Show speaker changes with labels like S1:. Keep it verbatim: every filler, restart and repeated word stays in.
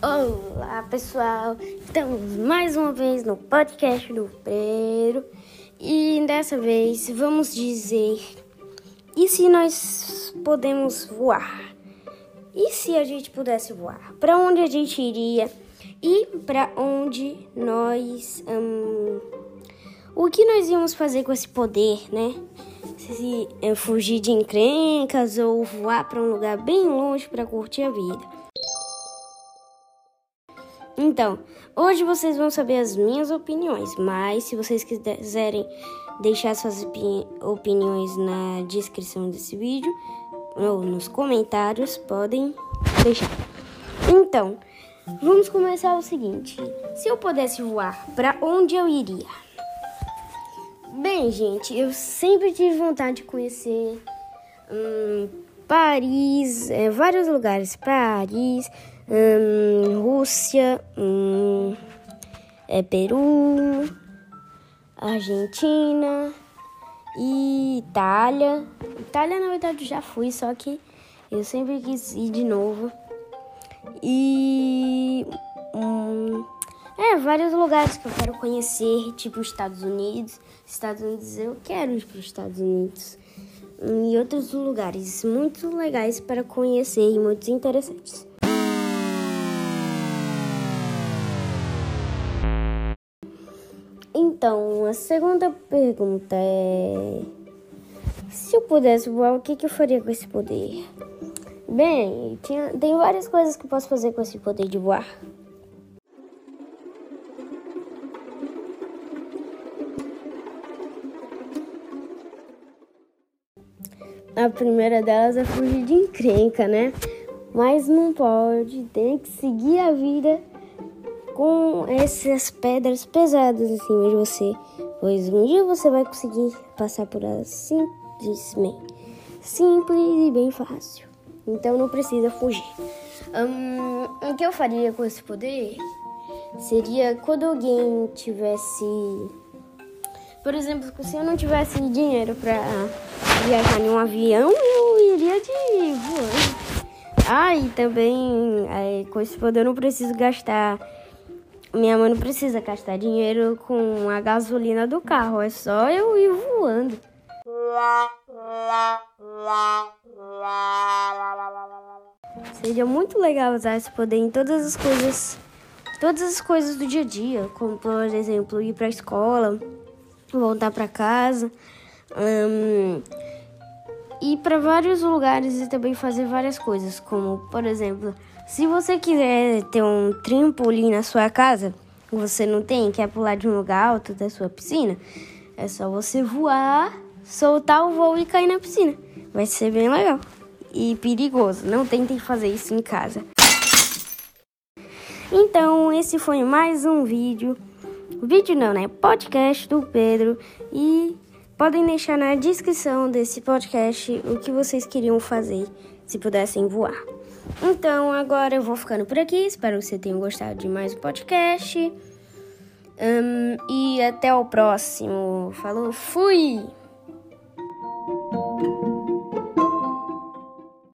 S1: Olá pessoal, estamos mais uma vez no podcast do Pedro e dessa vez vamos dizer: e se nós podemos voar? E se a gente pudesse voar? Para onde a gente iria e para onde nós... Hum, o que nós íamos fazer com esse poder, né? Se é, fugir de encrencas ou voar para um lugar bem longe para curtir a vida. Então, hoje vocês vão saber as minhas opiniões, mas se vocês quiserem deixar suas opini- opiniões na descrição desse vídeo ou nos comentários, podem deixar. Então, vamos começar o seguinte: se eu pudesse voar, para onde eu iria? Bem, gente, eu sempre tive vontade de conhecer hum, Paris, é, vários lugares, Paris... Hum, Rússia, hum, é, Peru, Argentina e Itália. Itália, na verdade, já fui, só que eu sempre quis ir de novo. E hum, é, vários lugares que eu quero conhecer, tipo Estados Unidos. Estados Unidos, eu quero ir para os Estados Unidos. Hum, e outros lugares muito legais para conhecer e muito interessantes. Então, a segunda pergunta é: se eu pudesse voar, o que, que eu faria com esse poder? Bem, tinha, tem várias coisas que eu posso fazer com esse poder de voar. A primeira delas é fugir de encrenca, né? Mas não pode, tem que seguir a vida com essas pedras pesadas em cima de você, pois um dia você vai conseguir passar por elas simplesmente, simples e bem fácil. Então não precisa fugir. Um, o que eu faria com esse poder seria quando alguém tivesse, por exemplo, se eu não tivesse dinheiro para viajar em um avião, eu iria de voando. Ah, e também é, com esse poder eu não preciso gastar. Minha mãe não precisa gastar dinheiro com a gasolina do carro, é só eu ir voando. Seria muito legal usar esse poder em todas as coisas, todas as coisas do dia a dia, como por exemplo ir para a escola, voltar para casa, um, ir para vários lugares e também fazer várias coisas, como por exemplo, se você quiser ter um trampolim na sua casa, você não tem, quer pular de um lugar alto da sua piscina, é só você voar, soltar o voo e cair na piscina. Vai ser bem legal e perigoso. Não tentem fazer isso em casa. Então, esse foi mais um vídeo. Vídeo não, né? Podcast do Pedro. E podem deixar na descrição desse podcast o que vocês queriam fazer se pudessem voar. Então, agora eu vou ficando por aqui. Espero que você tenha gostado de mais um podcast. Um, e até o próximo. Falou, fui!